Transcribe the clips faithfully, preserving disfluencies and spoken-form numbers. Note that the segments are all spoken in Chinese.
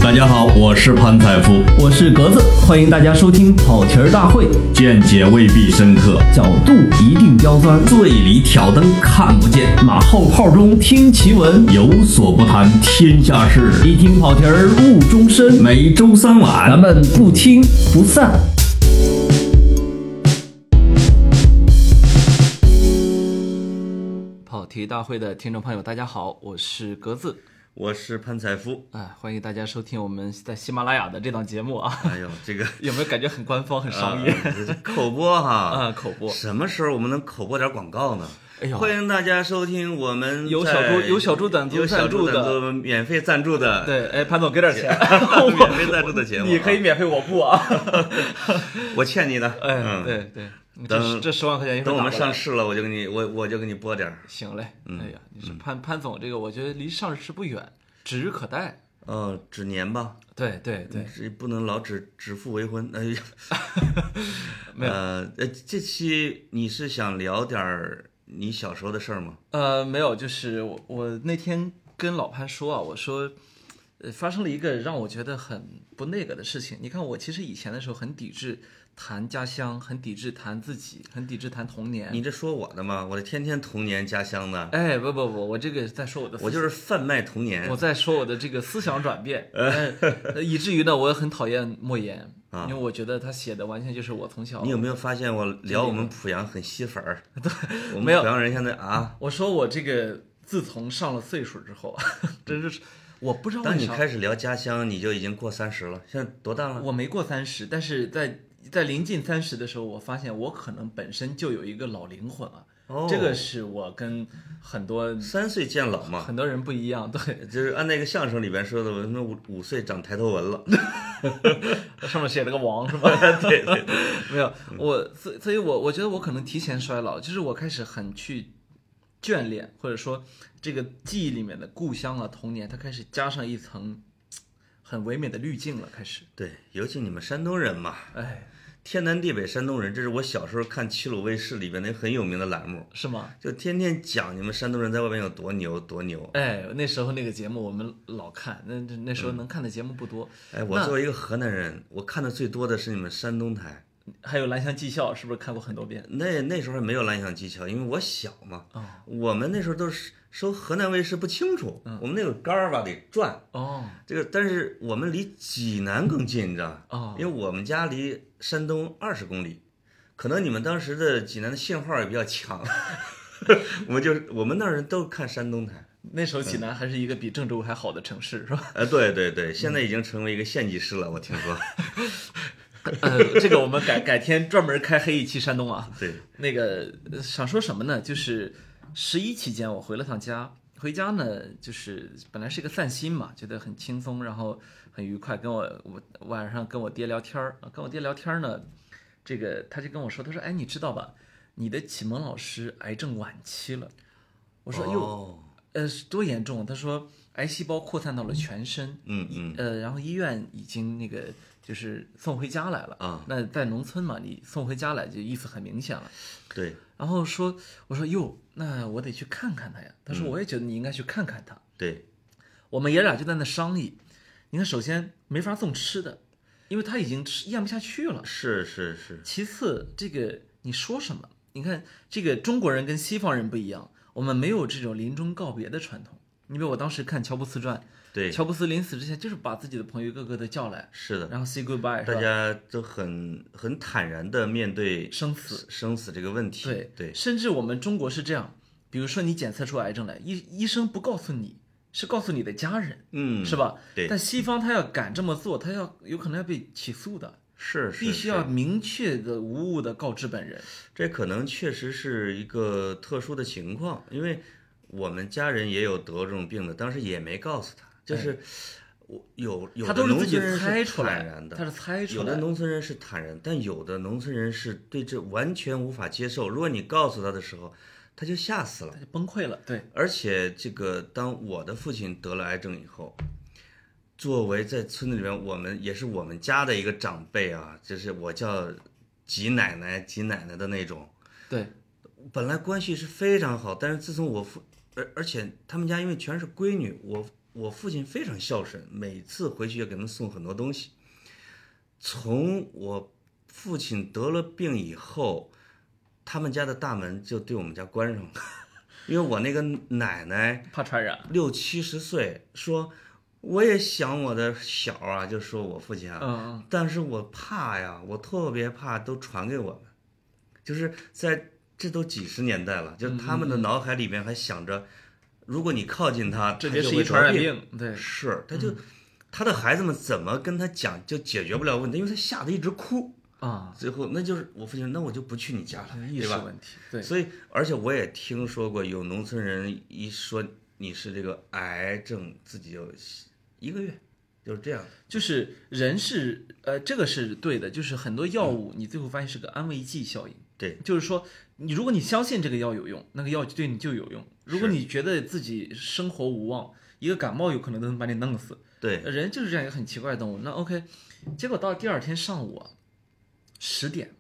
大家好，我是潘采夫， 我是格子，欢迎大家收听跑题儿大会。 见解未必深刻， 角度一定刁钻， 醉里挑灯看不见， 马后炮中听奇闻， 有所不谈天下事， 一听跑题儿误终身。 每周三晚， 咱们不听不散。跑题大会的听众朋友，大家好，我是格子。 我是潘采夫， 哎，欢迎大家收听我们在喜马拉雅的这档节目啊！ 哎呦，这个有没有感觉很官方、很商业？ 呃、口播哈啊，口播。 什么时候我们能口播点广告呢？ 哎呦， 欢迎大家收听我们有小猪有小猪短租赞助的免费赞助的。 对，哎，潘总给点钱， 免费赞助的节目， 你可以免费我不啊？ 我欠你的。 哎， 嗯、 对对。 等这十万块钱一会等我们上市了，我就给你我我就给你拨点。 行嘞， 嗯、 哎呀，你说潘、嗯、潘总这个，我觉得离上市不远。指日可待， 呃，指年吧。 对对对， 这不能老指指腹为婚。哎呀， 没有。 呃，这期你是想聊点你小时候的事儿吗？ 呃，没有，就是我我那天跟老潘说啊，我说，呃，发生了一个让我觉得很不那个的事情。你看，我其实以前的时候很抵制谈家乡，很抵制谈自己，很抵制谈童年。 你这说我的吗？我这天天童年家乡的。 哎，不不不，我这个在说我的， 我就是贩卖童年。 我在说我的这个思想转变，呃、以至于呢，我很讨厌莫言，啊、因为我觉得他写的完全就是我从小。 你有没有发现我聊我们濮阳很吸粉儿？ 对， 我们濮阳人现在啊， 我说我这个自从上了岁数之后，真是我不知道为啥。 当你开始聊家乡，你就已经过三十了。现在多大了？ 我没过三十，但是在。在临近三十的时候，我发现我可能本身就有一个老灵魂啊， 哦、 这个是我跟很多三岁见老嘛， 很多人不一样，对， 就是按那个相声里边说的，我他妈五五岁长抬头纹了， 上面写了个王是吧？ 对对对， 没有我，所以所以我我觉得我可能提前衰老，就是我开始很去眷恋，或者说这个记忆里面的故乡啊、童年，它开始加上一层很唯美的滤镜了，开始。 对，尤其你们山东人嘛， 哎。 天南地北山东人，这是我小时候看齐鲁卫视里边那很有名的栏目， 是吗？ 就天天讲你们山东人在外边有多牛多牛。 哎，那时候那个节目我们老看，那那时候能看的节目不多。 嗯、哎，我作为一个河南人，我看的最多的是你们山东台， 还有蓝翔技校，是不是看过很多遍？ 那那时候还没有蓝翔技校，因为我小嘛。 哦， 我们那时候都是收河南卫视不清楚， 嗯、 我们那个杆儿吧得转。 哦， 这个但是我们离济南更近，你知道？ 哦， 因为我们家离山东二十公里，可能你们当时的济南的信号也比较强，我们就我们那儿人都看山东台。 那时候济南还是一个比郑州还好的城市，是吧？ 呃，对对对，现在已经成为一个县级市了，我听说。 呃，这个我们改改天专门开黑一期山东啊。 对， 那个想说什么呢？就是十一期间我回了趟家，回家呢就是本来是一个散心嘛，觉得很轻松，然后很愉快。跟我我晚上跟我爹聊天儿，跟我爹聊天呢，这个他就跟我说，他说，哎，你知道吧，你的启蒙老师癌症晚期了。我说，哟、 哦， 呃，多严重？他说，癌细胞扩散到了全身， 嗯嗯， 呃，然后医院已经那个。就是送回家来了啊， 那在农村嘛，你送回家来就意思很明显了。 对， 然后说，我说哟，那我得去看看他呀。他说，我也觉得你应该去看看他。嗯、 对， 我们爷俩就在那商议。你看，首先没法送吃的，因为他已经吃咽不下去了。 是是是。 其次，这个你说什么？你看，这个中国人跟西方人不一样，我们没有这种临终告别的传统。你比如我当时看乔布斯传。 对， 乔布斯临死之前就是把自己的朋友一个个的叫来， 是的， 然后 say goodbye， 大家都很很坦然的面对生死生死这个问题。 对对， 甚至我们中国是这样，比如说你检测出癌症来，医医生不告诉你，是告诉你的家人， 嗯， 是吧？ 对。 但西方他要敢这么做，他要有可能要被起诉的， 是是， 必须要明确的无误的告知本人。 这可能确实是一个特殊的情况，因为我们家人也有得这种病的，当时也没告诉他，就是。哎我有有的农村人是坦然的， 他是猜出来， 有的农村人是坦然，但有的农村人是对这完全无法接受。如果你告诉他的时候，他就吓死了， 他就崩溃了。对， 而且这个当我的父亲得了癌症以后，作为在村子里面，我们也是我们家的一个长辈啊，就是我叫吉奶奶、吉奶奶的那种。 对， 本来关系是非常好，但是自从我父，而而且他们家因为全是闺女，我。 我父亲非常孝顺，每次回去也给他们送很多东西。从我父亲得了病以后，他们家的大门就对我们家关上了，因为我那个奶奶怕传染， 六七十岁，说我也想我的小啊，就说我父亲啊， 嗯， 但是我怕呀，我特别怕都传给我们，就是在这都几十年代了，就是他们的脑海里面还想着，如果你靠近他， 这就是一传染病，对， 是，他就、嗯、他的孩子们怎么跟他讲就解决不了问题，因为他吓得一直哭啊， 最后那就是我父亲，那我就不去你家了， 意识问题，对， 所以而且我也听说过有农村人一说你是这个癌症，自己就一个月。就是这样， 就是人是呃，这个是对的，就是很多药物你最后发现是个安慰剂效应。 对， 就是说你如果你相信这个药有用，那个药对你就有用；如果你觉得自己生活无望，一个感冒有可能都能把你弄死。 对， 人就是这样一个很奇怪的动物。那 OK， 结果到第二天上午啊，十点，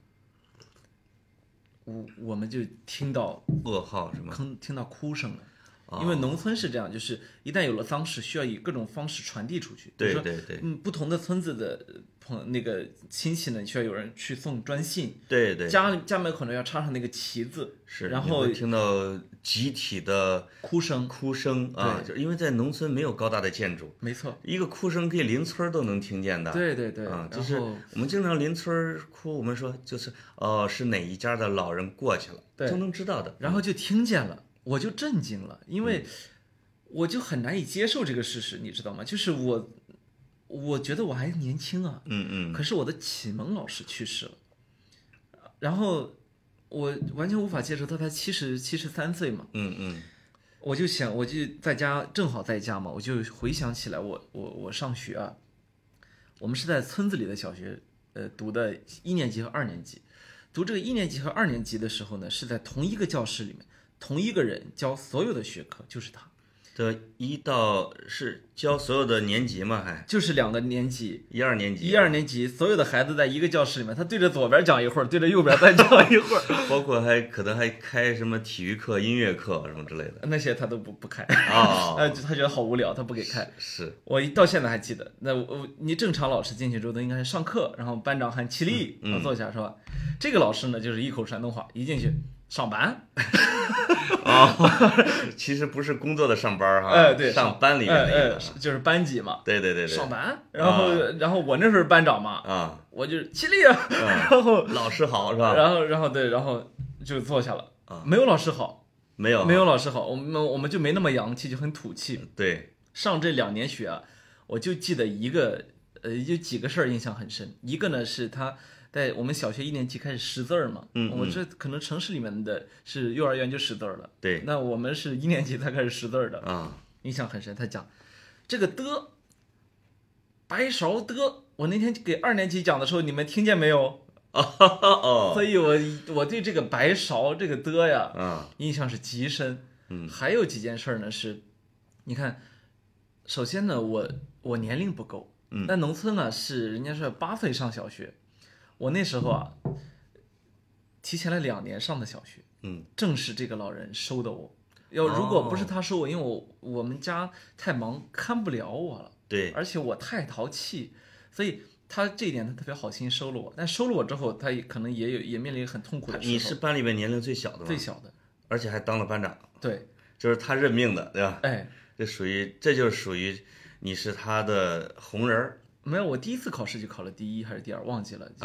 我我们就听到噩耗是吗？ 听听到哭声了。因为农村是这样，就是一旦有了丧事，需要以各种方式传递出去。 对对对， 嗯，不同的村子的朋那个亲戚呢，需要有人去送专信。 对对， 家家门口呢要插上那个旗子， 是， 然后听到集体的哭声， 哭声啊，就因为在农村没有高大的建筑， 没错， 一个哭声可以邻村都能听见的。 对对对， 啊，就是我们经常邻村哭，我们说就是哦，是哪一家的老人过去了， 对， 就能知道的， 然后就听见了。我就震惊了，因为我就很难以接受这个事实，你知道吗？就是我，我觉得我还年轻啊， 嗯嗯， 可是我的启蒙老师去世了，然后我完全无法接受，他才七十七十三岁嘛， 嗯嗯， 我就想，我就在家，正好在家嘛，我就回想起来我，我我我上学啊，我们是在村子里的小学，呃，读的一年级和二年级，读这个一年级和二年级的时候呢，是在同一个教室里面。同一个人教所有的学科，就是他。 这一到是教所有的年级吗？还就是两个年级， 一二年级， 一二年级所有的孩子在一个教室里面，他对着左边讲一会儿，对着右边再讲一会儿， 包括还可能还开什么体育课、音乐课什么之类的， 那些他都不不开啊， 哦、他觉得好无聊，他不给开。 是我到现在还记得，那我你正常老师进去之后都应该是上课，然后班长喊起立，然后坐下是吧？这个老师呢就是一口山东话，一进去。上班啊、哦，其实不是工作的上班哈， 哎对， 上班里面的、 哎哎，就是班级嘛， 对对对对， 上班，然后、啊、然后我那时候班长嘛， 啊， 我就起立啊， 嗯、 然后老师好是吧？ 然后然后对，然后就坐下了，啊，没有老师好， 没有没有老师好，我们我们就没那么洋气，就很土气。 对， 上这两年学啊，我就记得一个呃，有几个事儿印象很深，一个呢是他。在我们小学一年级开始识字儿嘛， 嗯， 我这可能城市里面的是幼儿园就识字儿了， 对， 那我们是一年级才开始识字儿的啊， 印象很深。他讲这个的白勺的，我那天给二年级讲的时候，你们听见没有？ 哦， 所以我我对这个白勺这个的呀， 啊， 印象是极深。 嗯， 还有几件事呢是，你看，首先呢，我我年龄不够， 嗯， 但农村呢是人家是八岁上小学。我那时候啊，提前了两年上的小学， 嗯， 正是这个老人收的我。要如果不是他收我，因为我我们家太忙，看不了我了， 对， 而且我太淘气，所以他这一点他特别好心收了我。但收了我之后，他也可能也有也面临很痛苦的时候。 你是班里面年龄最小的吗？ 最小的， 而且还当了班长。 对， 就是他任命的，对吧？ 哎， 这属于这就是属于你是他的红人儿。 没有，我第一次考试就考了第一还是第二，忘记了。就是、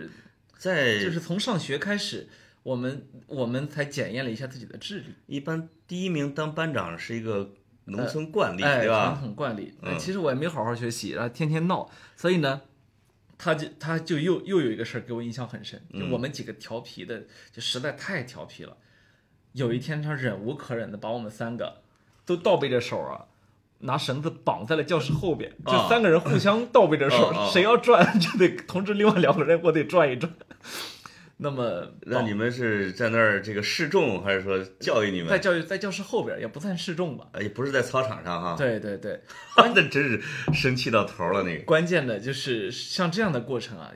啊、在就是从上学开始，我们我们才检验了一下自己的智力。 一般第一名当班长是一个农村惯例， 呃、 对吧？ 传统惯例。 嗯、 其实我也没好好学习，然后天天闹，所以呢，他就他就又又有一个事儿给我印象很深，就我们几个调皮的，就实在太调皮了。有一天他忍无可忍的把我们三个都倒背着手啊。拿绳子绑在了教室后边，就三个人互相倒背着手， 哦、 谁要转就得通知另外两个人，我得转一转。那么， 那你们是在那儿这个示众，还是说教育你们？ 在教育在教室后边，也不算示众吧， 也不是在操场上哈。 对对对， 那真是生气到头了那个。 关键的就是像这样的过程啊，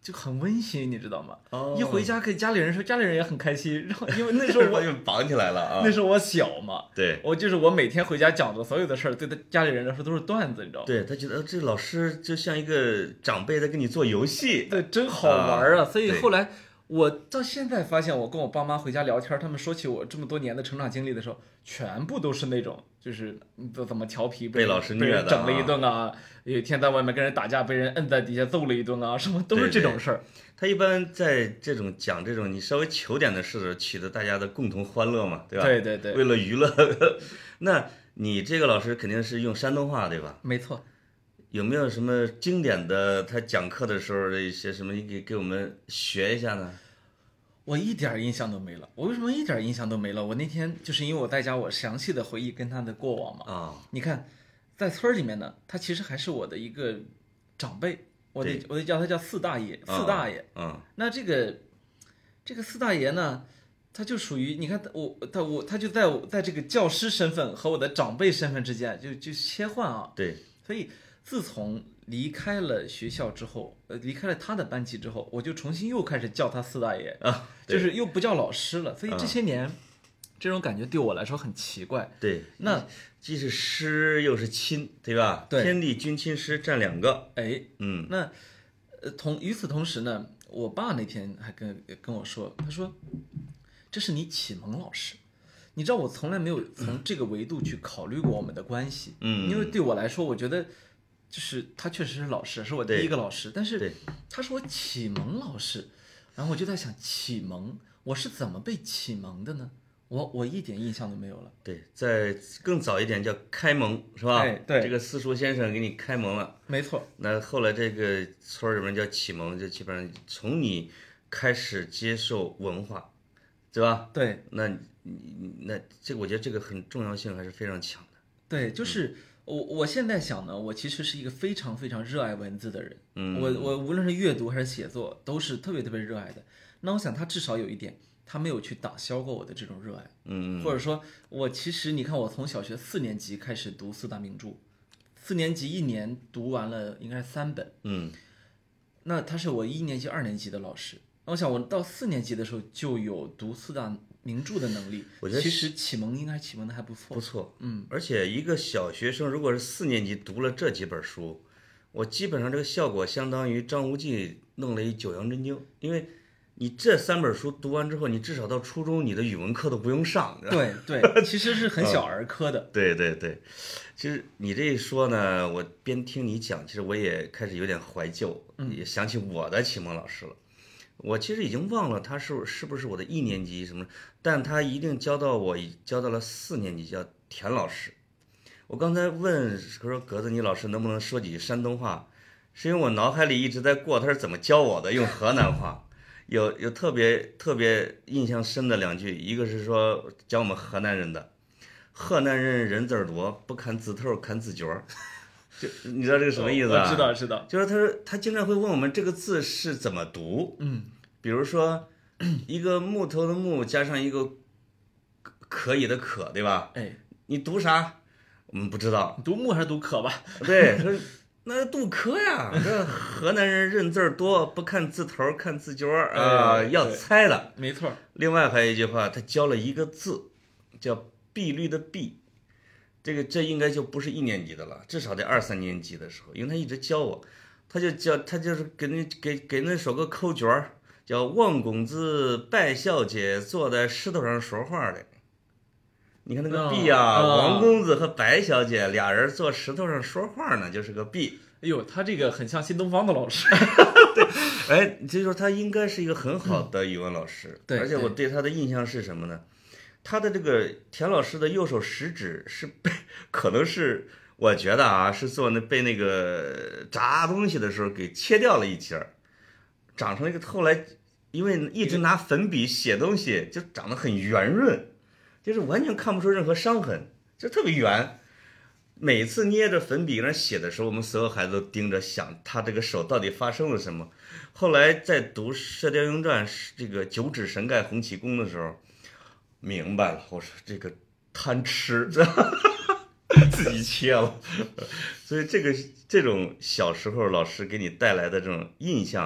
就很温馨，你知道吗？ 哦一回家给家里人说，家里人也很开心。然后因为那时候我就绑起来了啊。 那时候我小嘛， 对， 我就是我每天回家讲的所有的事儿，对他家里人来说都是段子，你知道吗？ 对他觉得这老师就像一个长辈在跟你做游戏， 对，真好玩啊！ 啊所以对后来我到现在发现，我跟我爸妈回家聊天，他们说起我这么多年的成长经历的时候，全部都是那种就是都怎么调皮， 被老师被虐的人整了一啊顿啊，有一天在外面跟人打架，被人摁在底下揍了一顿啊，什么都是这种事儿。 他一般在这种讲这种你稍微糗点的事的时候，取得大家的共同欢乐嘛，对吧？ 对对对， 为了娱乐。那你这个老师肯定是用山东话，对吧？ 没错。 有没有什么经典的他讲课的时候的一些什么，你给给我们学一下呢？ 我一点印象都没了。我为什么一点印象都没了？我那天就是因为我在家，我详细的回忆跟他的过往嘛。 啊， 你看，在村儿里面呢，他其实还是我的一个长辈，我得我得叫他叫四大爷，四大爷。 嗯， 那这个这个四大爷呢，他就属于你看我他我他就在我在这个教师身份和我的长辈身份之间就就切换啊。 对， 所以自从离开了学校之后，呃，离开了他的班级之后，我就重新又开始叫他四大爷啊， 就是又不叫老师了。所以这些年，这种感觉对我来说很奇怪。 对， 那既是师又是亲，对吧？ 对， 天地君亲师占两个。 哎， 嗯， 那呃同与此同时呢，我爸那天还跟跟我说，他说这是你启蒙老师。你知道我从来没有从这个维度去考虑过我们的关系， 嗯， 因为对我来说，我觉得就是他确实是老师，是我第一个老师，但是他是我启蒙老师，然后我就在想，启蒙我是怎么被启蒙的呢？我我一点印象都没有了。 对，在更早一点叫开蒙，是吧？ 哎，对， 这个私塾先生给你开蒙了， 没错。 那后来这个村里面叫启蒙，就基本上从你开始接受文化，对吧？ 对， 那你那这个我觉得这个很重要性还是非常强的。 对，就是我我现在想呢，我其实是一个非常非常热爱文字的人。 嗯， 我我无论是阅读还是写作，都是特别特别热爱的。那我想他至少有一点，他没有去打消过我的这种热爱。 嗯， 或者说我其实你看，我从小学四年级开始读四大名著，四年级一年读完了应该是三本。 嗯， 那他是我一年级、二年级的老师。我想我到四年级的时候就有读四大名著的能力， 我觉得其实启蒙应该启蒙的还不错。 不错， 嗯， 而且一个小学生如果是四年级读了这几本书，我基本上这个效果相当于张无忌弄了一九阳真经，因为你这三本书读完之后，你至少到初中你的语文课都不用上。 对对，其实是很小儿科的。 对对对，其实你这一说呢，我边听你讲，其实我也开始有点怀旧，也想起我的启蒙老师了。我其实已经忘了他是是不是我的一年级什么，但他一定教到我教到了四年级，叫田老师。我刚才问说格子，你老师能不能说几句山东话？是因为我脑海里一直在过他是怎么教我的，用河南话。有有特别特别印象深的两句，一个是说讲我们河南人的，河南人人字儿多，不看字头看字角儿。就你知道这个什么意思啊？ 我知道知道， 就是他说他经常会问我们这个字是怎么读。 嗯， 比如说一个木头的木加上一个可以的可，对吧？ 哎， 你读啥？我们不知道。 读木还是读可吧？ 对，他说那读可呀。这河南人认字儿多，不看字头看字角儿啊， 哎、 要猜的。 没错。 另外还有一句话，他教了一个字，叫碧绿的碧。这个这应该就不是一年级的了，至少得二三年级的时候，因为他一直教我，他就教他就是给那给给那首个口诀儿，叫王公子拜小姐坐在石头上说话的。你看那个碧啊， 哦、 王公子和白小姐俩人坐石头上说话呢，就是个碧。 哎呦，他这个很像新东方的老师。 对，哎，所以说他应该是一个很好的语文老师。 嗯、对， 而且我对他的印象是什么呢？他的这个田老师的右手食指是被，可能是我觉得啊，是做那被那个炸东西的时候给切掉了一截儿，长成了一个后来因为一直拿粉笔写东西，就长得很圆润，就是完全看不出任何伤痕，就特别圆。每次捏着粉笔在那写的时候，我们所有孩子都盯着想他这个手到底发生了什么。后来在读《射雕英雄传》这个九指神盖洪启功的时候，明白了，我说这个贪吃，自己切了。所以这个这种小时候老师给你带来的这种印象，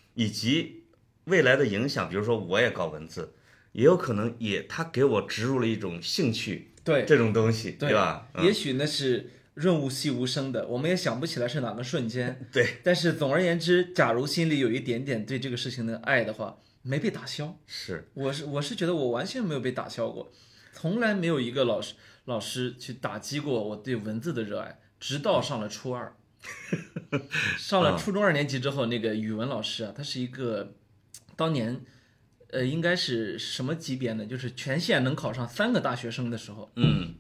以及未来的影响，比如说我也搞文字，也有可能也他给我植入了一种兴趣， 对这种东西， 对吧？嗯、 也许那是润物细无声的，我们也想不起来是哪个瞬间。 对， 但是总而言之，假如心里有一点点对这个事情的爱的话，没被打消。 是， 我是我是觉得我完全没有被打消过，从来没有一个老师老师去打击过我对文字的热爱，直到上了初二。上了初中二年级之后，那个语文老师啊，他是一个当年，呃，应该是什么级别呢？就是全县能考上三个大学生的时候， 嗯，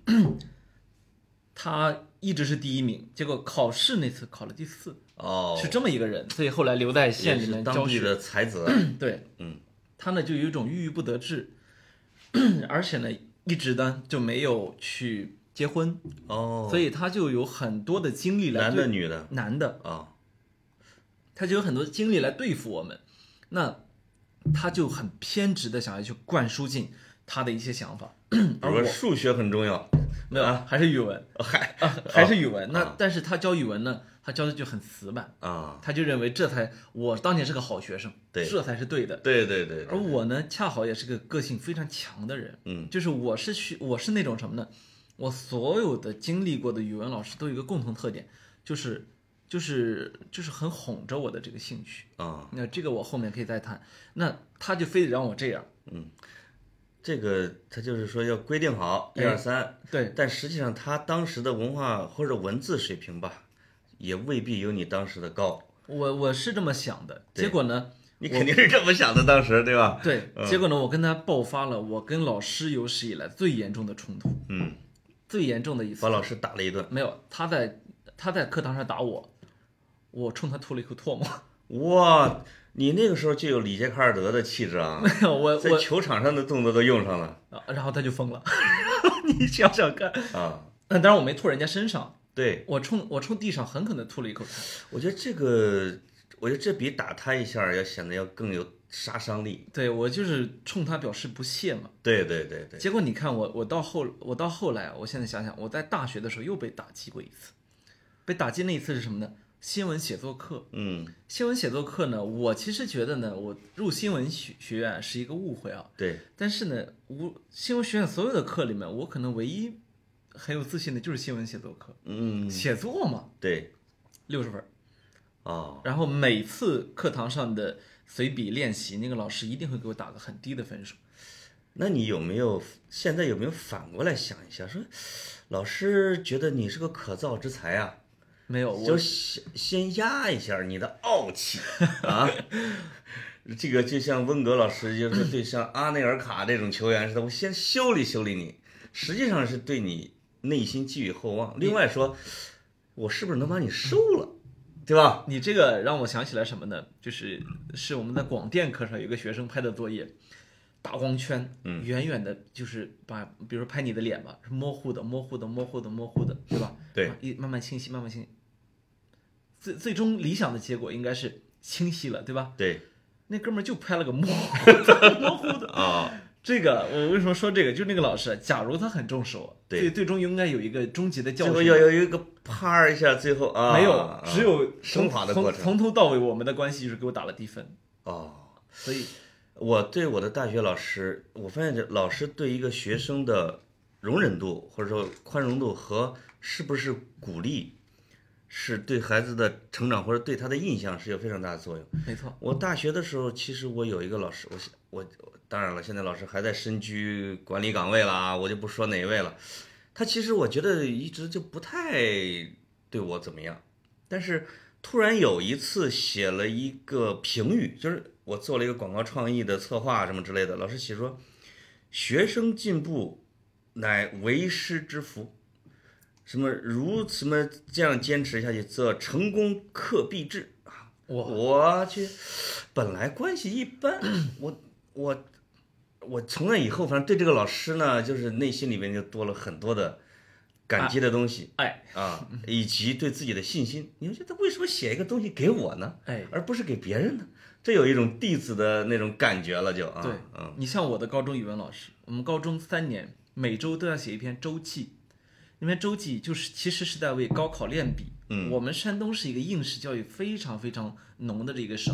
他一直是第一名，结果考试那次考了第四， 哦， 是这么一个人，所以后来留在县里面教学当地的才子， 对， 嗯， 他呢就有一种郁郁不得志，而且呢一直呢就没有去结婚， 哦， 所以他就有很多的精力来男对的女的男的， 啊， 他就有很多精力来对付我们，那他就很偏执的想要去灌输进他的一些想法， 比而我如说数学很重要， 没有，还是语文， 嗨啊，还是语文。那啊但是他教语文呢，他教的就很死板， 啊， 他就认为这才我当年是个好学生， 对这才是对的。 对对对， 而我呢，恰好也是个个性非常强的人， 嗯， 就是我是学我是那种什么呢？我所有的经历过的语文老师都有一个共同特点，就是就是就是很哄着我的这个兴趣啊， 那这个我后面可以再谈。那他就非得让我这样， 这个他就是说要规定好一二三， 对， 但实际上他当时的文化或者文字水平吧，也未必有你当时的高。 我我是这么想的， 对结果呢， 你肯定是这么想的，当时对吧？ 对，结果呢，我跟他爆发了我跟老师有史以来最严重的冲突， 嗯， 最严重的一次把老师打了一顿。 没有，他在他在课堂上打我，我冲他吐了一口唾沫。 哇，你那个时候就有里杰卡尔德的气质啊！ 没有，我在我球场上的动作都用上了啊然后他就疯了，你想想看。 啊！ 但当然我没吐人家身上， 对， 我冲我冲地上狠狠地吐了一口痰。 我觉得这个，我觉得这比打他一下要显得要更有杀伤力。 对我就是冲他表示不屑嘛。 对对对对， 结果你看我我到后我到后来，我现在想想，我在大学的时候又被打击过一次。被打击那一次是什么呢？新闻写作课。 嗯， 新闻写作课呢，我其实觉得呢，我入新闻学学院是一个误会啊。 对， 但是呢，我新闻学院所有的课里面，我可能唯一很有自信的就是新闻写作课。 嗯， 写作嘛， 对， 六十分。 哦， 然后每次课堂上的随笔练习，那个老师一定会给我打个很低的分数。 那你有没有现在有没有反过来想一下，说老师觉得你是个可造之才啊？ 没有，我就先先压一下你的傲气啊！这个就像温格老师，就是对像阿内尔卡这种球员似的，我先修理修理你，实际上是对你内心寄予厚望。另外说，我是不是能把你收了，对吧？ 你这个让我想起来什么呢？就是是我们在广电课上有一个学生拍的作业，大光圈， 嗯， 远远的，就是把，比如拍你的脸吧，是模糊的、模糊的、模糊的、模糊的，对吧？ 对啊，一慢慢清晰，慢慢清晰。最最终理想的结果应该是清晰了，对吧？ 对， 那哥们儿就拍了个模糊的、模糊的啊。 这个我为什么说这个？就那个老师，假如他很重视我， 对最最终应该有一个终极的教训。 最后要有一个啪一下，最后啊， 没有， 啊只有升华的过程。 从从头到尾，我们的关系就是给我打了低分。 哦， 所以我对我的大学老师，我发现这老师对一个学生的容忍度或者说宽容度和是不是鼓励，是对孩子的成长或者对他的印象是有非常大的作用。 没错， 我大学的时候，其实我有一个老师，我我当然了，现在老师还在身居管理岗位了啊，我就不说哪位了。他其实我觉得一直就不太对我怎么样，但是突然有一次写了一个评语，就是我做了一个广告创意的策划什么之类的，老师写说，学生进步乃为师之福。什么如什么这样坚持下去，则成功克必至啊！ 我我去，本来关系一般，我我我从那以后，反正对这个老师呢，就是内心里面就多了很多的感激的东西， 爱啊，以及对自己的信心。你觉得为什么写一个东西给我呢？ 哎， 而不是给别人呢？这有一种弟子的那种感觉了就，就啊， 对， 嗯， 你像我的高中语文老师，我们高中三年每周都要写一篇周记。那篇周记就是其实是在为高考练笔。 嗯， 我们山东是一个应试教育非常非常浓的这个省，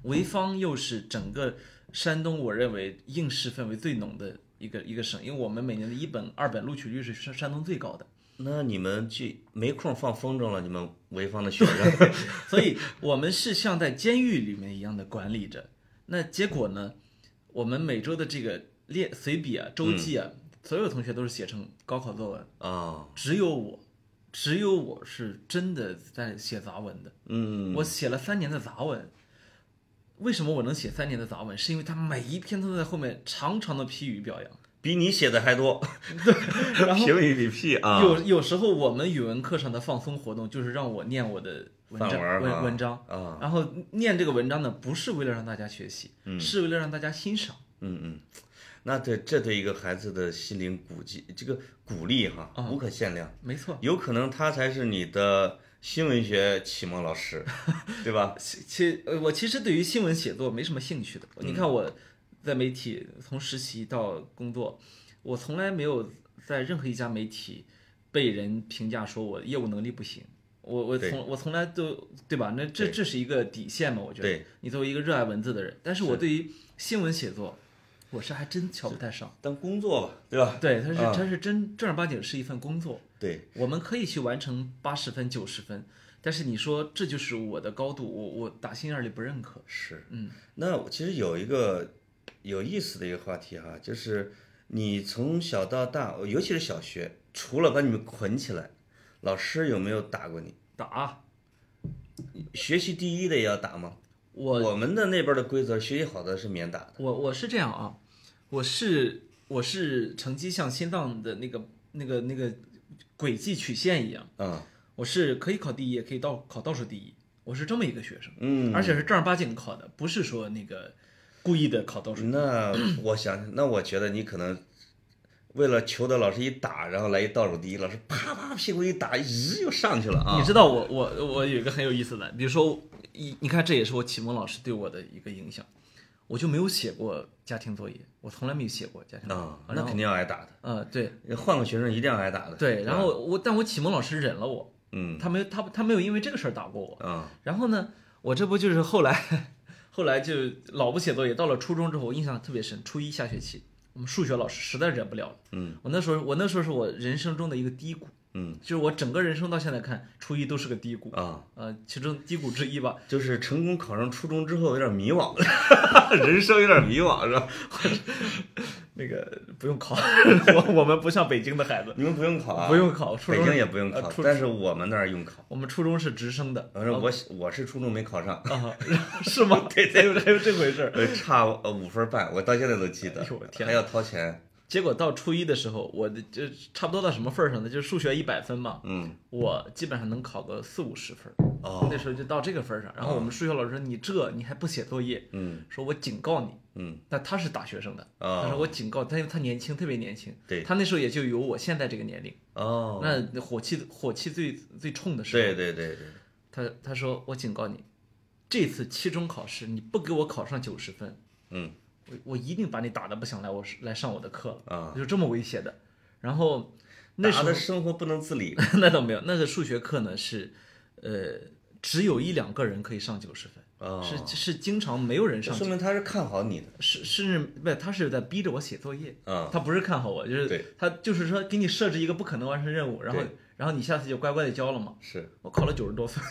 潍坊又是整个山东我认为应试氛围最浓的一个一个省，因为我们每年的一本、二本录取率是山山东最高的。 那你们就没空放风筝了，你们潍坊的学生， 所以我们是像在监狱里面一样的管理着。那结果呢？我们每周的这个列随笔啊、周记啊，嗯、所有同学都是写成高考作文啊、哦， 只有我，只有我是真的在写杂文的。 嗯， 我写了三年的杂文。为什么我能写三年的杂文？是因为他每一篇都在后面长长的批语表扬。 比你写的还多， 对，然后评语比屁啊！ 有有时候我们语文课上的放松活动就是让我念我的文章文文文章啊， 然后念这个文章呢，不是为了让大家学习， 嗯、 是为了让大家欣赏。 嗯嗯，那对这对一个孩子的心灵鼓励，这个鼓励哈， 啊、 无可限量。 没错， 有可能他才是你的新闻学启蒙老师，对吧？ 其呃，我其实对于新闻写作没什么兴趣的。 嗯、 你看我。在媒体从实习到工作，我从来没有在任何一家媒体被人评价说我业务能力不行。我我从我从来都对吧？那这这是一个底线嘛？我觉得你作为一个热爱文字的人，但是我对于新闻写作，我是还真瞧不太上。 当工作吧，对吧？ 对，它是它是真正儿八经是一份工作。 对， 我们可以去完成八十分九十分。但是你说这就是我的高度，我我打心眼里不认可。 是， 嗯， 那其实有一个有意思的一个话题哈，就是你从小到大，尤其是小学，除了把你们捆起来，老师有没有打过你？ 打。 学习第一的也要打吗？ 我我们的那边的规则，学习好的是免打的。 我我是这样啊，我是我是成绩像心脏的那个那个那个轨迹曲线一样， 嗯， 我是可以考第一，也可以倒考倒数第一，我是这么一个学生， 嗯， 而且是正儿八经考的，不是说那个故意的考倒数。 那我想，那我觉得你可能为了求得老师一打，然后来一倒数第一，老师啪啪屁股一打，咦又上去了啊！ 你知道我我我有一个很有意思的，比如说一你看这也是我启蒙老师对我的一个影响，我就没有写过家庭作业，我从来没有写过家庭作业， 啊、那肯定要挨打的。 嗯，对， 换个学生一定要挨打的。 对，然后我但我启蒙老师忍了我， 嗯， 他没有他他没有因为这个事儿打过我啊、嗯。 然后呢，我这不就是后来后来就老不写作业，到了初中之后，我印象特别深，初一下学期。我们数学老师实在忍不了了， 嗯， 我那时候我那时候是我人生中的一个低谷， 嗯， 就是我整个人生到现在看，初一都是个低谷啊， 呃，其中低谷之一吧， 就是成功考上初中之后有点迷惘，人生有点迷惘是吧？ 那个不用考，我我们不像北京的孩子， 你们不用考啊， 不用考，初中北京也不用考， 呃、 但是我们那儿用考， 我们初中是直升的， 反正我我是初中没考上啊，是吗？ 对对， 还有还有这回事儿， 呃，差呃五分半，我到现在都记得， 哎呦我天， 还要掏钱。 结果到初一的时候，我的就差不多到什么份儿上呢？就是数学一百分嘛， 嗯， 我基本上能考个四五十分， 哦， 那时候就到这个份儿上。然后我们数学老师说：“你这你还不写作业？” 嗯， 说我警告你， 嗯， 但他是大学生的， 哦、 他说我警告他，因为他年轻，特别年轻， 对， 他那时候也就有我现在这个年龄， 哦， 那火气火气最最冲的时候， 对对对对， 他他说我警告你，这次期中考试你不给我考上九十分， 嗯。 我我一定把你打得不想来我来上我的课啊， 就这么威胁的。然后那时候打的生活不能自理， 那倒没有。那个数学课呢是，呃，只有一两个人可以上九十分， 哦、 是是经常没有人上。 说明他是看好你的， 是是不？他是在逼着我写作业啊， 他不是看好我，就是他就是说给你设置一个不可能完成任务，然后然后你下次就乖乖的交了嘛。 是我考了九十多分，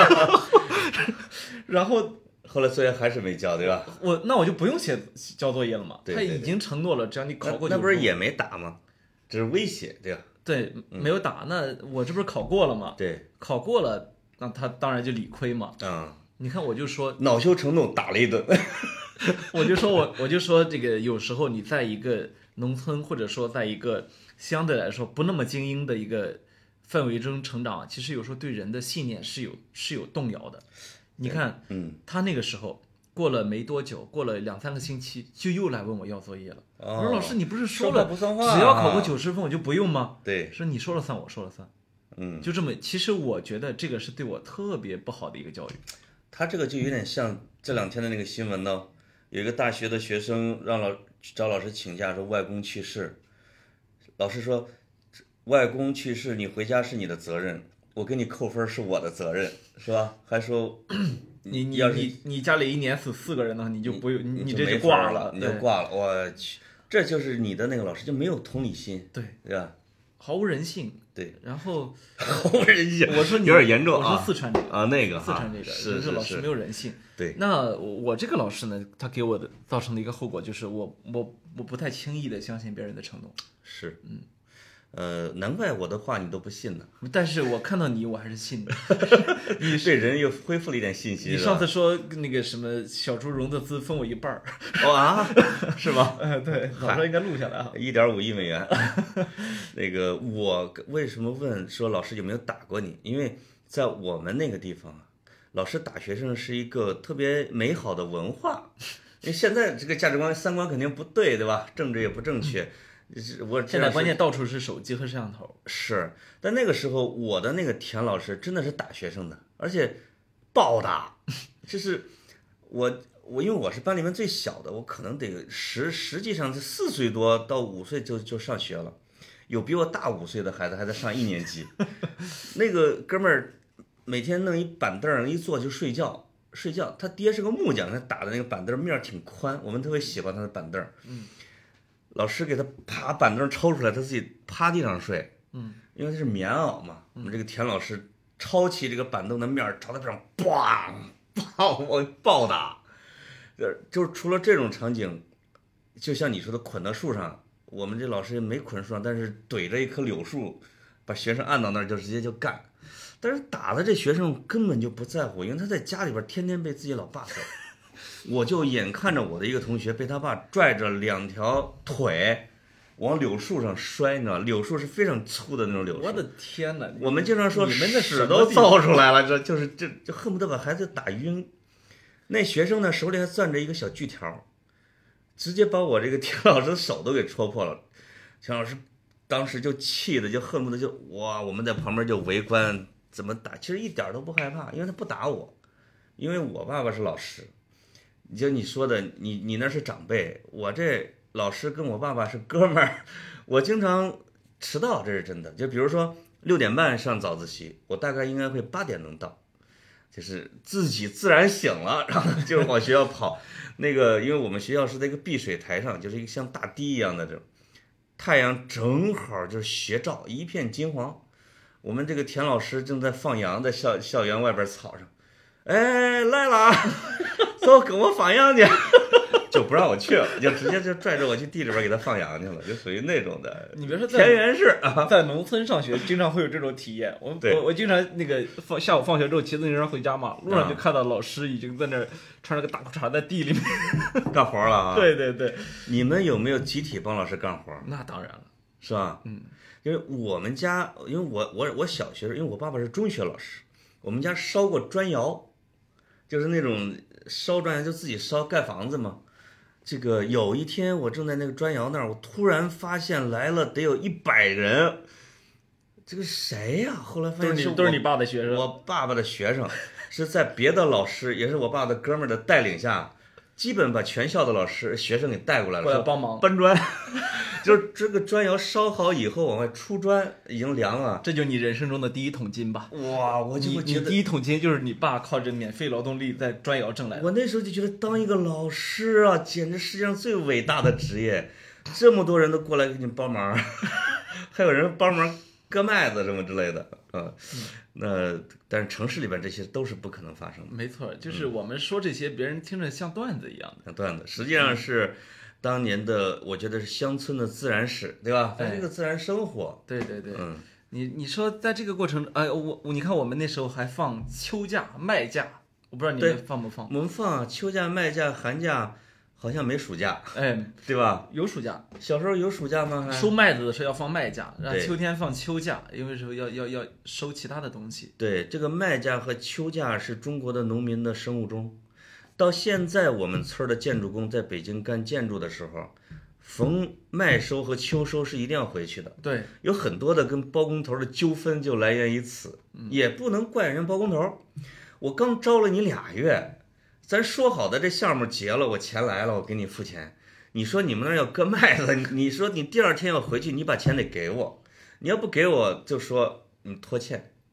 然后。 后来作业还是没交，对吧？ 我那我就不用写交作业了嘛。 对对对， 他已经承诺了，只要你考过那，那不是也没打吗？只是威胁，对吧？ 对，没有打。嗯、那我这不是考过了吗？ 对， 考过了，那他当然就理亏嘛。 啊、嗯， 你看，我就说恼羞成怒，打了一顿。 我就说我我就说这个，有时候你在一个农村，或者说在一个相对来说不那么精英的一个氛围中成长，其实有时候对人的信念是有是有动摇的。你看， 嗯， 他那个时候过了没多久，过了两三个星期，就又来问我要作业了。 哦、 我说老师，你不是说了不算话、啊， 只要考过九十分我就不用吗？ 对， 说你说了算，我说了算。 嗯， 就这么。其实我觉得这个是对我特别不好的一个教育。 他这个就有点像这两天的那个新闻呢，有一个大学的学生让老找老师请假，说外公去世，老师说外公去世，你回家是你的责任。我给你扣分是我的责任，是吧？还说你你要是你你家里一年死四个人呢，你就不用你你这没就挂了， 法你就对挂了。我去，这就是你的那个老师就没有同理心， 对， 对吧？ 毫无人性。 对， 然后毫无人性。 我说你有点严重啊。 我说四川这个啊，那个四川这个是真是老师是没有人性。 对， 那我这个老师呢，他给我的造成的一个后果就是我我我不太轻易的相信别人的承诺。 是，嗯。呃，难怪我的话你都不信呢。 但是我看到你，我还是信的。 你对人又恢复了一点信心。 你上次说那个什么小猪融的资分我一半儿， 哦啊，是吗？ 呃，对，早说应该录下来啊。 一点五亿美元。那个我为什么问说老师有没有打过你？因为在我们那个地方啊，老师打学生是一个特别美好的文化。因为现在这个价值观、三观肯定不对，对吧？政治也不正确。我现在关键到处是手机和摄像头。 是，但那个时候我的那个田老师真的是打学生的，而且暴打。就是我我因为我是班里面最小的，我可能得实实际上是四岁多到五岁就就上学了，有比我大五岁的孩子还在上一年级。那个哥们儿每天弄一板凳一坐就睡觉。睡觉，他爹是个木匠，他打的那个板凳面挺宽，我们特别喜欢他的板凳。 嗯。 老师给他把板凳抽出来，他自己趴地上睡。 嗯， 因为他是棉袄嘛。我们这个田老师抄起这个板凳的面朝他背上，咣咣我暴打。就是除了这种场景，就像你说的捆到树上，我们这老师也没捆树上，但是怼着一棵柳树，把学生按到那儿就直接就干。但是打的这学生根本就不在乎，因为他在家里边天天被自己老爸揍。我就眼看着我的一个同学被他爸拽着两条腿往柳树上摔，你知道柳树是非常粗的那种柳树。 我的天哪！ 我们经常说你们的屎都造出来了，这就是这就恨不得把孩子打晕。那学生呢手里还攥着一个小锯条，直接把我这个田老师的手都给戳破了。田老师当时就气的就恨不得就哇，我们在旁边就围观怎么打，其实一点都不害怕，因为他不打我，因为我爸爸是老师。就你说的，你你那是长辈，我这老师跟我爸爸是哥们儿，我经常迟到，这是真的。就比如说六点半上早自习，我大概应该会八点能到，就是自己自然醒了，然后就往学校跑。那个因为我们学校是在一个碧水台上，就是一个像大堤一样的这种，太阳正好就是斜照，一片金黄。我们这个田老师正在放羊，在校校园外边草上，哎来了。走，跟我放羊去，就不让我去了，就直接就拽着我去地里边给他放羊去了，就属于那种的。 你别说田园式啊， 在农村上学，经常会有这种体验。我我我经常那个放下午放学之后骑自行车回家嘛，路上就看到老师已经在那儿穿着个大裤衩在地里面干活了啊。 对对对， 你们有没有集体帮老师干活？ 那当然了， 是吧？ 嗯， 因为我们家，因为我我我小学，因为我爸爸是中学老师，我们家烧过砖窑，就是那种。烧砖就自己烧盖房子嘛。这个有一天我正在那个砖窑那儿，我突然发现来了得有一百人。这个谁呀、啊？后来发现是都是你爸的学生。 我爸爸的学生是在别的老师，也是我爸的哥们儿的带领下，基本把全校的老师学生给带过来了， 过来帮忙搬砖。就是这个砖窑烧好以后往外出砖，已经凉了。 这就是你人生中的第一桶金吧？ 哇，我就会觉得你第一桶金就是你爸靠着免费劳动力在砖窑挣来的。 我那时候就觉得当一个老师啊，简直世界上最伟大的职业。这么多人都过来给你帮忙，还有人帮忙割麦子什么之类的，嗯，那但是城市里边这些都是不可能发生的。 没错，就是我们说这些，别人听着像段子一样的， 像段子，实际上是。当年的我觉得是乡村的自然史，对吧？它是一个自然生活。 对对对， 嗯， 你你说在这个过程，哎，我我你看我们那时候还放秋假、麦假，我不知道你们放不放？ 我们放秋假、麦假、寒假，好像没暑假， 哎， 对吧？ 有暑假， 小时候有暑假吗？ 收麦子的时候要放麦假，然后秋天放秋假，因为时候要要要收其他的东西。 对，这个麦假和秋假是中国的农民的生物钟。到现在，我们村的建筑工在北京干建筑的时候，逢麦收和秋收是一定要回去的。 对， 有很多的跟包工头的纠纷就来源于此，也不能怪人家包工头。我刚招了你俩月，咱说好的这项目结了，我钱来了，我给你付钱。你说你们那要割麦子，你说你第二天要回去，你把钱得给我。你要不给我，就说你拖欠。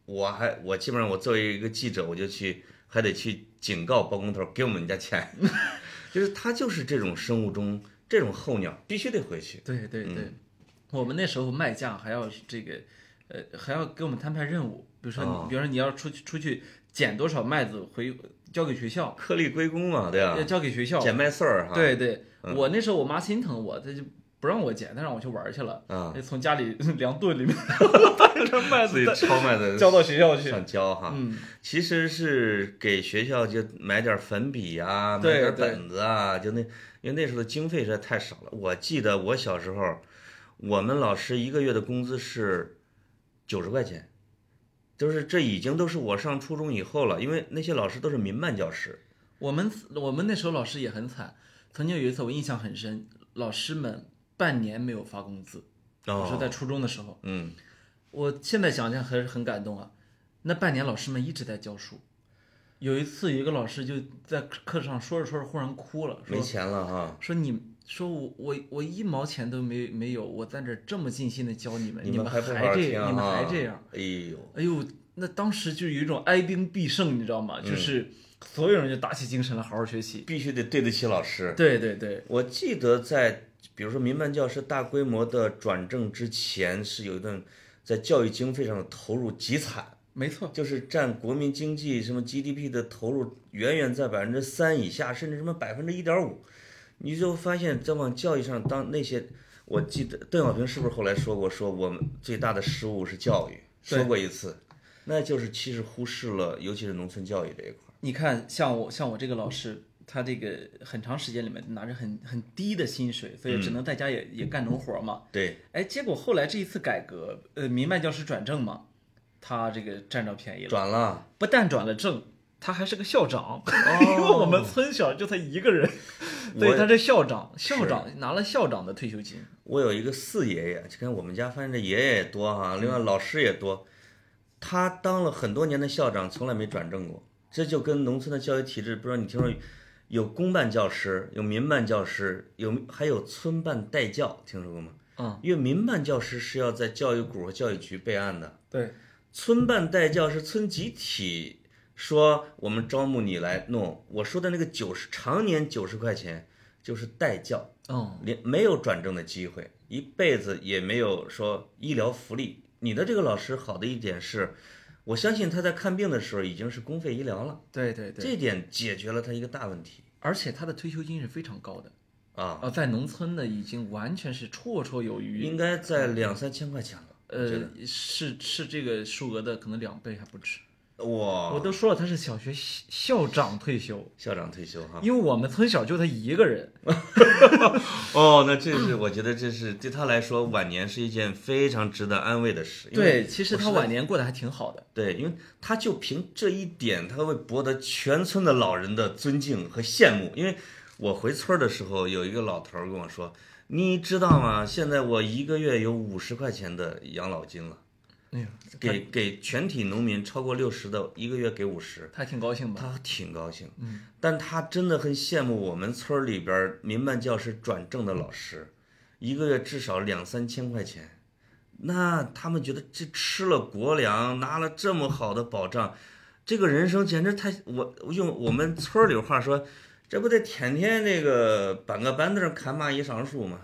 我还我基本上我作为一个记者，我就去还得去警告包工头给我们家钱，就是他就是这种生物钟这种候鸟必须得回去。 对对对， 嗯、 我们那时候卖价还要这个，呃，还要给我们摊派任务，比如说你， 哦、 比如说你要出去出去捡多少麦子回交给学校， 颗粒归功嘛，对吧？ 要交给学校捡麦穗儿哈。 对对， 嗯、 我那时候我妈心疼我，她就不让我捡，她让我去玩去了， 啊， 从家里粮顿里面带着麦子自己抄麦子交到学校去上交哈。 嗯， 其实是给学校就买点粉笔呀、买点本子啊，就那因为那时候的经费实在太少了。我记得我小时候，我们老师一个月的工资是九十块钱。就是这已经都是我上初中以后了，因为那些老师都是民办教师。 我们我们那时候老师也很惨，曾经有一次我印象很深，老师们半年没有发工资。 哦， 我说在初中的时候， 嗯， 我现在想想还是很感动啊。那半年老师们一直在教书，有一次有一个老师就在课上说着说着忽然哭了，说没钱了哈， 说你说我我我一毛钱都没没有，我在这这么尽心的教你们，你们还不好好听、 这，你们还这样， 哎呦哎呦，那当时就有一种哀兵必胜，你知道吗？ 嗯、 就是所有人就打起精神来好好学习， 必须得对得起老师。 对对对， 我记得在比如说民办教师大规模的转正之前，是有一段在教育经费上的投入极惨。 没错， 就是占国民经济什么 G D P 的投入远远在百分之三以下，甚至什么百分之一点五。你就发现在往教育上当那些，我记得邓小平是不是后来说过，说我们最大的失误是教育，说过一次，那就是其实忽视了，尤其是农村教育这一块。 你看，像我像我这个老师，他这个很长时间里面拿着很很低的薪水，所以只能在家也、嗯、也干农活嘛。 对， 哎，结果后来这一次改革，呃，民办教师转正嘛。他这个占着便宜了， 转了， 不但转了正，他还是个校长，哦、因为我们村小就他一个人，对，他是校长，校长拿了校长的退休金。 我有一个四爷爷，就跟我们家反正这爷爷也多哈，另外老师也多，他当了很多年的校长，从来没转正过。这就跟农村的教育体制，不知道你听说有公办教师，有民办教师，有还有村办代教，听说过吗？ 嗯， 因为民办教师是要在教育股和教育局备案的， 对。 村办代教是村集体说我们招募你来弄，我说的那个九十常年九十块钱就是代教， 哦， 连没有转正的机会，一辈子也没有说医疗福利。你的这个老师好的一点是，我相信他在看病的时候已经是公费医疗了， 对对对， 这点解决了他一个大问题， 而且他的退休金是非常高的啊， 呃，在农村呢已经完全是绰绰有余， 应该在两三千块钱了。 呃，是是这个数额的可能两倍还不止。 哇！ 我都说了他是小学校长退休， 校长退休哈， 因为我们村小就他一个人。 哦，那这是我觉得这是对他来说晚年是一件非常值得安慰的事。 对，其实他晚年过得还挺好的。 对，因为他就凭这一点，他会博得全村的老人的尊敬和羡慕。因为我回村的时候，有一个老头跟我说。你知道吗？现在我一个月有五十块钱的养老金了， 哎呀， 给给全体农民超过六十的，一个月给五十， 他挺高兴吧？ 他挺高兴， 嗯， 但他真的很羡慕我们村里边民办教师转正的老师，一个月至少两三千块钱，那他们觉得这吃了国粮，拿了这么好的保障，这个人生简直太……我用我们村里话说。这不得天天这个搬个板凳看蚂蚁上树吗？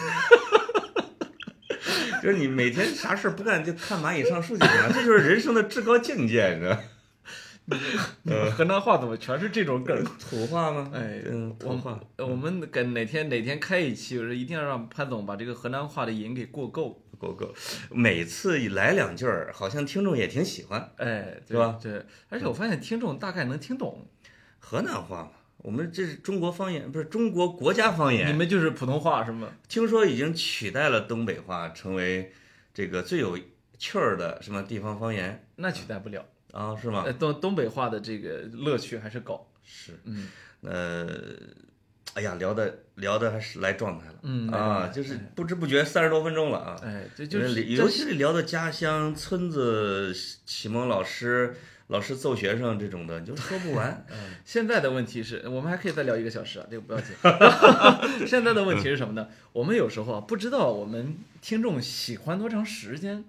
就是你每天啥事不干就看蚂蚁上树就行了，这就是人生的至高境界，你知道？ 你们河南话怎么全是这种梗？ 土话吗？ 哎， 嗯，土话。 我们跟哪天哪天开一期，我说一定要让潘总把这个河南话的瘾给过够。 过够，每次来两句儿，好像听众也挺喜欢， 哎， 是吧？ 对，而且我发现听众大概能听懂河南话嘛。我们这是中国方言，不是中国国家方言。 你们就是普通话是吗？ 听说已经取代了东北话，成为这个最有趣儿的什么地方方言？ 那取代不了啊，是吗？ 呃，东东北话的这个乐趣还是高。 是， 嗯， 呃，哎呀，聊的聊的还是来状态了， 嗯啊，就是不知不觉三十多分钟了啊。 哎，这就是尤其是聊到家乡、村子、启蒙老师。老师揍学生这种的，你就说不完。 嗯，现在的问题是我们还可以再聊一个小时啊，这个不要紧。现在的问题是什么呢？我们有时候啊不知道我们听众喜欢多长时间，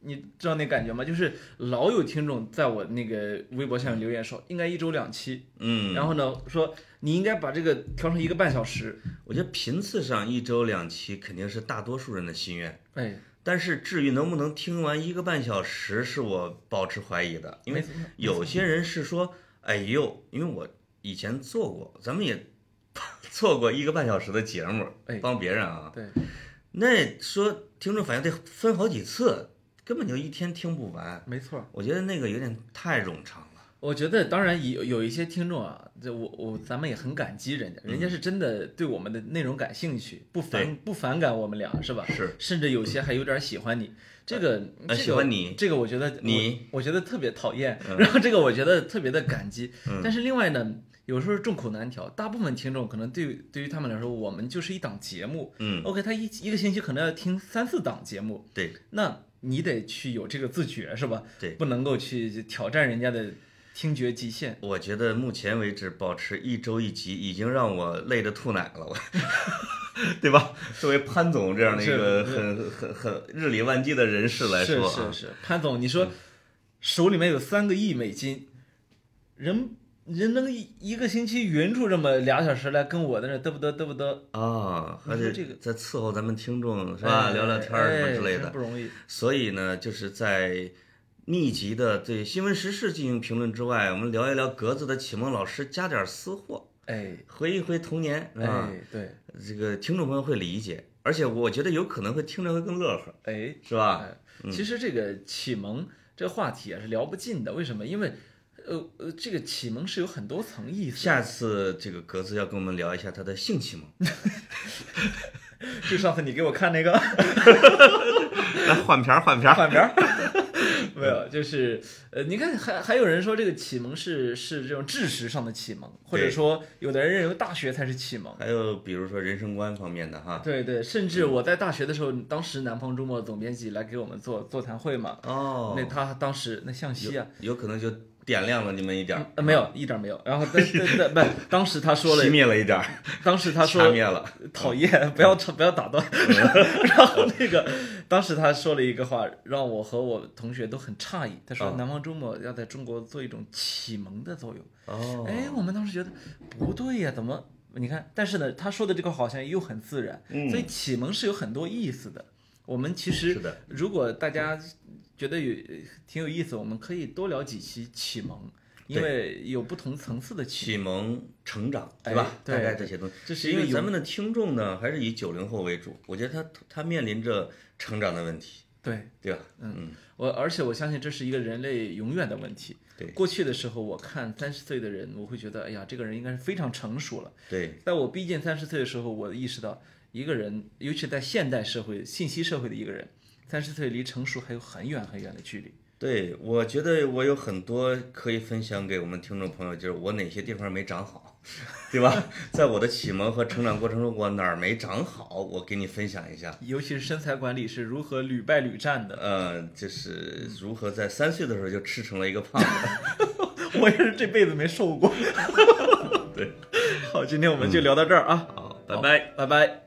你知道那感觉吗？就是老有听众在我那个微博下面留言说，应该一周两期， 嗯， 然后呢说你应该把这个调成一个半小时。 我觉得频次上一周两期肯定是大多数人的心愿， 哎， 但是至于能不能听完一个半小时，是我保持怀疑的，因为有些人是说，哎呦，因为我以前做过，咱们也做过一个半小时的节目，帮别人啊， 对， 那说听众反应得分好几次，根本就一天听不完。 没错， 我觉得那个有点太冗长了。 我觉得当然有有一些听众啊，这我我咱们也很感激人家，人家是真的对我们的内容感兴趣，不反不反感我们俩是吧？ 是， 甚至有些还有点喜欢你。这个、 呃、喜欢你， 这个我觉得你我，我觉得特别讨厌，嗯、然后这个我觉得特别的感激。 嗯、 但是另外呢，有时候众口难调，大部分听众可能对对于他们来说，我们就是一档节目。 嗯 ，OK， 他一一个星期可能要听三四档节目。 对， 那你得去有这个自觉是吧？ 对， 不能够去挑战人家的听觉极限。 我觉得目前为止保持一周一集，已经让我累得吐奶了，我。对吧？作为潘总这样的一个很很很日理万机的人士来说， 是是是，潘总，你说手里面有三个亿美金，人人能一个星期匀出这么俩小时来跟我在那嘚不嘚嘚不嘚啊？还得这个再伺候咱们听众是吧？ 哎、 聊聊天什么之类的， 哎、不容易。 所以呢，就是在密集的对新闻时事进行评论之外，我们聊一聊格子的启蒙老师，加点私货。 哎， 回一回童年啊，哎，对， 这个听众朋友会理解，而且我觉得有可能会听着会更乐呵， 哎， 是吧？ 哎嗯、其实这个启蒙这个话题啊是聊不尽的，为什么？因为呃呃，这个启蒙是有很多层意思。 下次这个格子要跟我们聊一下他的性启蒙， 就上次你给我看那个， 来换片换片换片没有，就是呃，你看还还有人说这个启蒙是是这种知识上的启蒙，或者说有的人认为大学才是启蒙， 还有比如说人生观方面的哈。 对对，甚至我在大学的时候，当时南方周末总编辑来给我们做座谈会嘛， 哦， 那他当时那向西啊， 有, 有可能就点亮了你们一点， 呃，没有一点没有，然后但但但不，当时他说了， 熄灭了一点， 当时他说灭了， 讨厌，不要不要打断，然后那个当时他说了一个话，让我和我同学都很诧异，他说南方周末要在中国做一种启蒙的作用， 哦， 哎，我们当时觉得不对呀，怎么你看？但是呢，他说的这个好像又很自然， 嗯， 所以启蒙是有很多意思的。我们其实如果大家觉得有挺有意思，我们可以多聊几期启蒙，因为有不同层次的启蒙成长， 对吧？ 对大概这些东西， 这是因为咱们的听众呢，还是以九零后为主，我觉得他他面临着成长的问题， 对对吧？ 嗯，我而且我相信这是一个人类永远的问题。 对， 过去的时候，我看三十岁的人，我会觉得，哎呀，这个人应该是非常成熟了。 对， 在我逼近三十岁的时候，我意识到，一个人，尤其在现代社会、信息社会的一个人，三十岁离成熟还有很远很远的距离。 对，我觉得我有很多可以分享给我们听众朋友，就是我哪些地方没长好，对吧？在我的启蒙和成长过程中，我哪儿没长好，我给你分享一下。 尤其是身材管理是如何屡败屡战的。 呃，就是如何在三岁的时候就吃成了一个胖子。 我也是这辈子没瘦过。 对， 好，今天我们就聊到这儿啊。 好，拜拜， 拜拜。